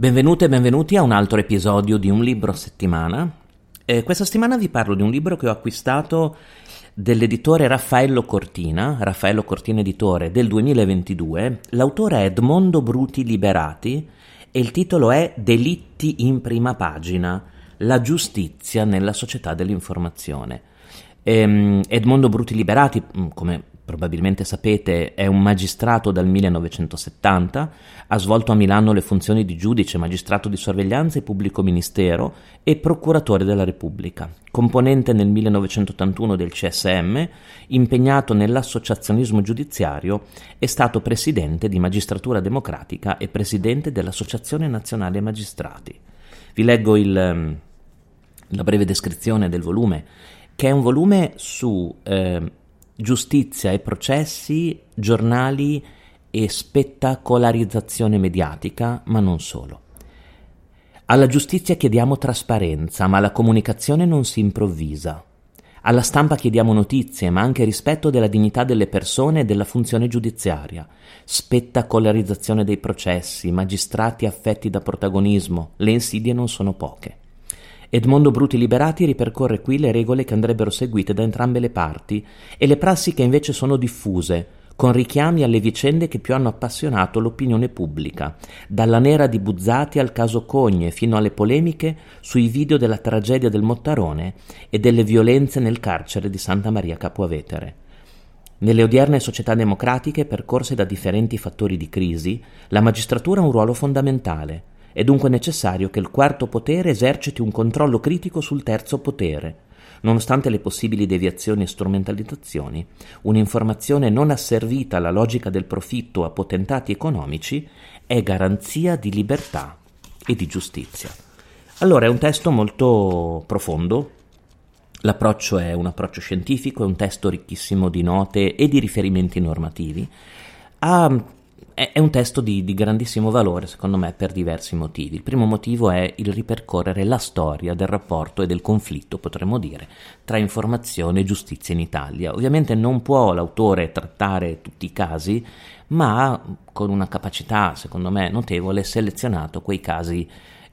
Benvenute e benvenuti a un altro episodio di Un libro a settimana. Questa settimana vi parlo di un libro che ho acquistato dell'editore Raffaello Cortina Editore, del 2022. L'autore è Edmondo Bruti Liberati e il titolo è Delitti in prima pagina, la giustizia nella società dell'informazione. Edmondo Bruti Liberati, come probabilmente sapete, è un magistrato dal 1970, ha svolto a Milano le funzioni di giudice, magistrato di sorveglianza e pubblico ministero e procuratore della Repubblica. Componente nel 1981 del CSM, impegnato nell'associazionismo giudiziario, è stato presidente di Magistratura Democratica e presidente dell'Associazione Nazionale Magistrati. Vi leggo la breve descrizione del volume, che è un volume su giustizia e processi, giornali e spettacolarizzazione mediatica, ma non solo. Alla giustizia chiediamo trasparenza, ma la comunicazione non si improvvisa. Alla stampa chiediamo notizie, ma anche rispetto della dignità delle persone e della funzione giudiziaria. Spettacolarizzazione dei processi, magistrati affetti da protagonismo, le insidie non sono poche. Edmondo Bruti Liberati ripercorre qui le regole che andrebbero seguite da entrambe le parti e le prassi che invece sono diffuse, con richiami alle vicende che più hanno appassionato l'opinione pubblica, dalla nera di Buzzati al caso Cogne fino alle polemiche sui video della tragedia del Mottarone e delle violenze nel carcere di Santa Maria Capua Vetere. Nelle odierne società democratiche percorse da differenti fattori di crisi, la magistratura ha un ruolo fondamentale. È dunque necessario che il quarto potere eserciti un controllo critico sul terzo potere. Nonostante le possibili deviazioni e strumentalizzazioni, un'informazione non asservita alla logica del profitto o a potentati economici è garanzia di libertà e di giustizia. Allora, è un testo molto profondo, l'approccio è un approccio scientifico, è un testo ricchissimo di note e di riferimenti normativi. È un testo di grandissimo valore, secondo me, per diversi motivi. Il primo motivo è il ripercorrere la storia del rapporto e del conflitto, potremmo dire, tra informazione e giustizia in Italia. Ovviamente non può l'autore trattare tutti i casi, ma con una capacità, secondo me, notevole, selezionato quei casi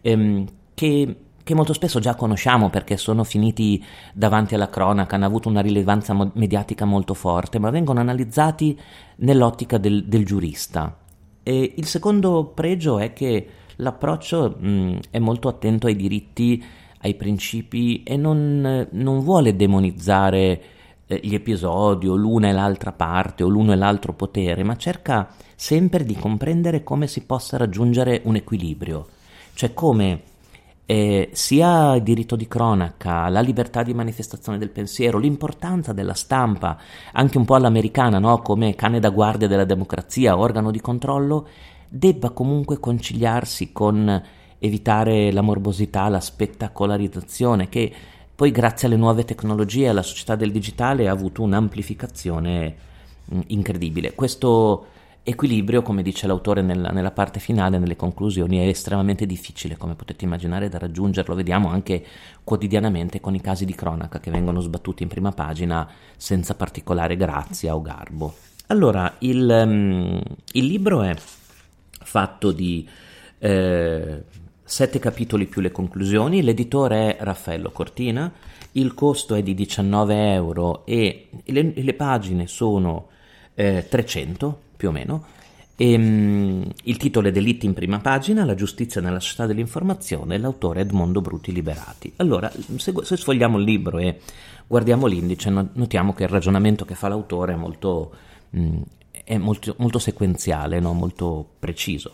che molto spesso già conosciamo perché sono finiti davanti alla cronaca, hanno avuto una rilevanza mediatica molto forte, ma vengono analizzati nell'ottica del giurista. E il secondo pregio è che l'approccio è molto attento ai diritti, ai principi e non vuole demonizzare gli episodi o l'una e l'altra parte o l'uno e l'altro potere, ma cerca sempre di comprendere come si possa raggiungere un equilibrio, cioè come sia il diritto di cronaca, la libertà di manifestazione del pensiero, l'importanza della stampa, anche un po' all'americana, no? Come cane da guardia della democrazia, organo di controllo, debba comunque conciliarsi con evitare la morbosità, la spettacolarizzazione, che poi grazie alle nuove tecnologie e alla società del digitale ha avuto un'amplificazione incredibile. Questo equilibrio, come dice l'autore nella parte finale, nelle conclusioni, è estremamente difficile, come potete immaginare, da raggiungerlo. Vediamo anche quotidianamente con i casi di cronaca che vengono sbattuti in prima pagina senza particolare grazia o garbo. Allora, il libro è fatto di 7 capitoli più le conclusioni. L'editore è Raffaello Cortina, il costo è di 19 euro e le pagine sono 300 più o meno. Il titolo è Delitti in prima pagina, la giustizia nella società dell'informazione, l'autore Edmondo Bruti Liberati. Allora, se sfogliamo il libro e guardiamo l'indice, notiamo che il ragionamento che fa l'autore è molto sequenziale, no? Molto preciso.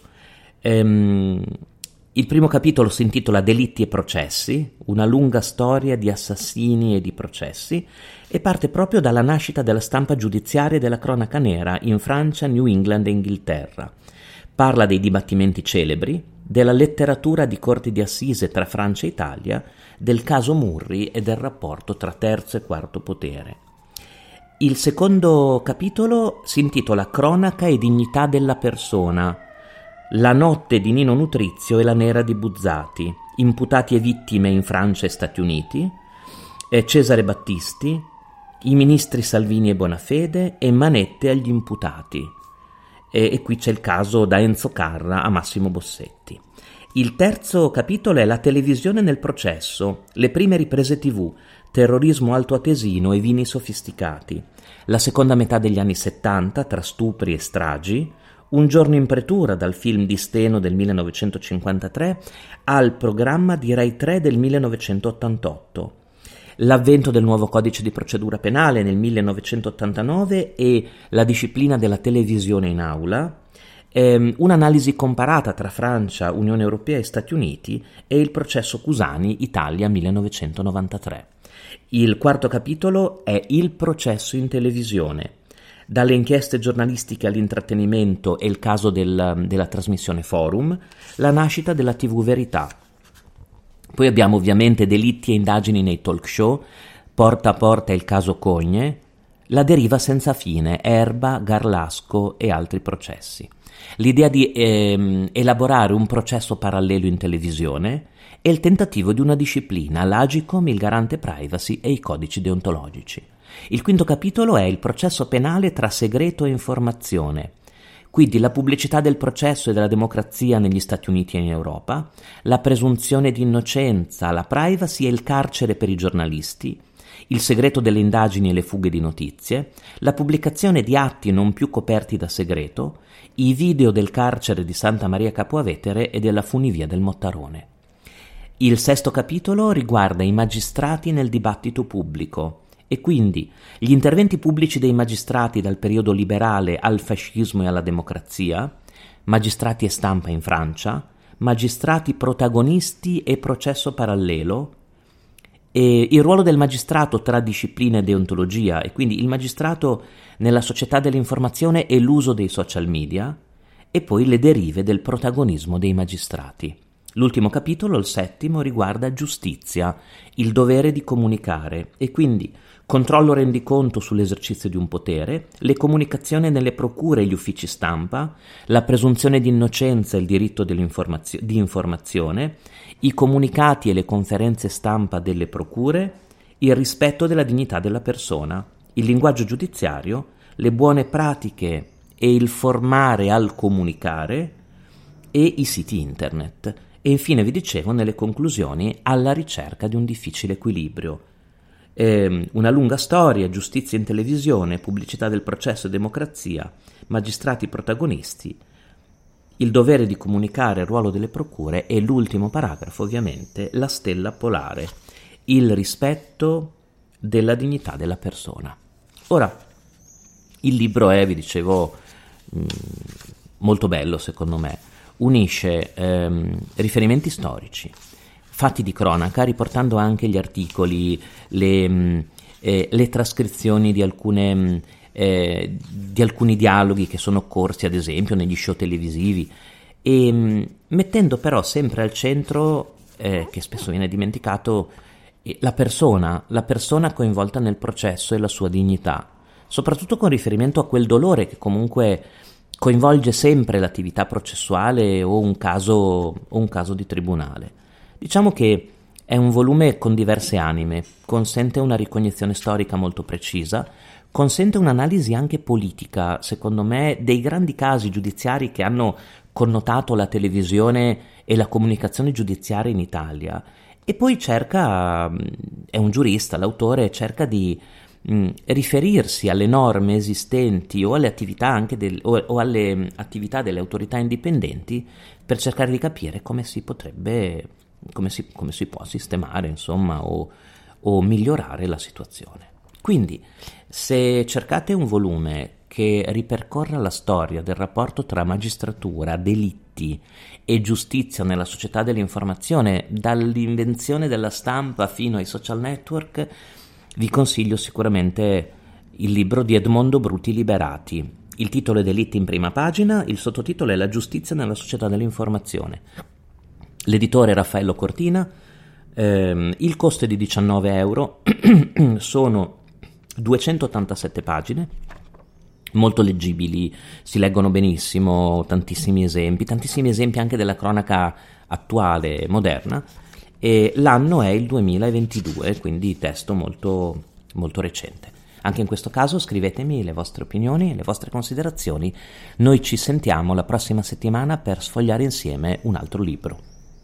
Il primo capitolo si intitola Delitti e processi, una lunga storia di assassini e di processi, e parte proprio dalla nascita della stampa giudiziaria e della cronaca nera in Francia, New England e Inghilterra. Parla dei dibattimenti celebri, della letteratura di corti di assise tra Francia e Italia, del caso Murri e del rapporto tra terzo e quarto potere. Il secondo capitolo si intitola Cronaca e dignità della persona, la notte di Nino Nutrizio e la nera di Buzzati, imputati e vittime in Francia e Stati Uniti, Cesare Battisti, i ministri Salvini e Bonafede e manette agli imputati. E qui c'è il caso da Enzo Carra a Massimo Bossetti. Il terzo capitolo è la televisione nel processo, le prime riprese TV, terrorismo altoatesino e vini sofisticati. La seconda metà degli anni 70 tra stupri e stragi, Un giorno in pretura dal film di Steno del 1953 al programma di Rai 3 del 1988. L'avvento del nuovo codice di procedura penale nel 1989 e la disciplina della televisione in aula, un'analisi comparata tra Francia, Unione Europea e Stati Uniti e il processo Cusani, Italia 1993. Il quarto capitolo è il processo in televisione, dalle inchieste giornalistiche all'intrattenimento e il caso della trasmissione Forum, la nascita della TV Verità. Poi abbiamo ovviamente delitti e indagini nei talk show, Porta a Porta il caso Cogne, La deriva senza fine, Erba, Garlasco e altri processi. L'idea di elaborare un processo parallelo in televisione e il tentativo di una disciplina, l'Agicom, il garante privacy e i codici deontologici. Il quinto capitolo è il processo penale tra segreto e informazione. Quindi la pubblicità del processo e della democrazia negli Stati Uniti e in Europa, la presunzione di innocenza, la privacy e il carcere per i giornalisti, il segreto delle indagini e le fughe di notizie, la pubblicazione di atti non più coperti da segreto, i video del carcere di Santa Maria Capua Vetere e della funivia del Mottarone. Il sesto capitolo riguarda i magistrati nel dibattito pubblico e quindi gli interventi pubblici dei magistrati dal periodo liberale al fascismo e alla democrazia, magistrati e stampa in Francia, magistrati protagonisti e processo parallelo, e il ruolo del magistrato tra disciplina e deontologia, e quindi il magistrato nella società dell'informazione e l'uso dei social media, e poi le derive del protagonismo dei magistrati. L'ultimo capitolo, il settimo, riguarda giustizia, il dovere di comunicare, e quindi controllo rendiconto sull'esercizio di un potere, le comunicazioni nelle procure e gli uffici stampa, la presunzione di innocenza e il diritto di informazione, i comunicati e le conferenze stampa delle procure, il rispetto della dignità della persona, il linguaggio giudiziario, le buone pratiche e il formare al comunicare e i siti internet. E infine vi dicevo nelle conclusioni alla ricerca di un difficile equilibrio. Una lunga storia, giustizia in televisione, pubblicità del processo e democrazia, magistrati protagonisti, il dovere di comunicare, il ruolo delle procure e l'ultimo paragrafo ovviamente la stella polare, il rispetto della dignità della persona. Ora, il libro è, vi dicevo, molto bello secondo me, unisce riferimenti storici, fatti di cronaca, riportando anche gli articoli, le trascrizioni di alcuni dialoghi che sono occorsi ad esempio negli show televisivi, e mettendo però sempre al centro, che spesso viene dimenticato, la persona coinvolta nel processo e la sua dignità, soprattutto con riferimento a quel dolore che comunque coinvolge sempre l'attività processuale o un caso di tribunale. Diciamo che è un volume con diverse anime, consente una ricognizione storica molto precisa, consente un'analisi anche politica, secondo me, dei grandi casi giudiziari che hanno connotato la televisione e la comunicazione giudiziaria in Italia, e poi è un giurista, l'autore cerca di riferirsi alle norme esistenti o alle attività anche alle attività delle autorità indipendenti per cercare di capire come si può sistemare, insomma, o migliorare la situazione. Quindi, se cercate un volume che ripercorra la storia del rapporto tra magistratura, delitti e giustizia nella società dell'informazione, dall'invenzione della stampa fino ai social network, vi consiglio sicuramente il libro di Edmondo Bruti Liberati. Il titolo è Delitti in prima pagina, il sottotitolo è La giustizia nella società dell'informazione. L'editore è Raffaello Cortina, il costo è di 19 euro, sono 287 pagine, molto leggibili, si leggono benissimo, tantissimi esempi anche della cronaca attuale, moderna, e l'anno è il 2022, quindi testo molto, molto recente. Anche in questo caso scrivetemi le vostre opinioni, le vostre considerazioni. Noi ci sentiamo la prossima settimana per sfogliare insieme un altro libro.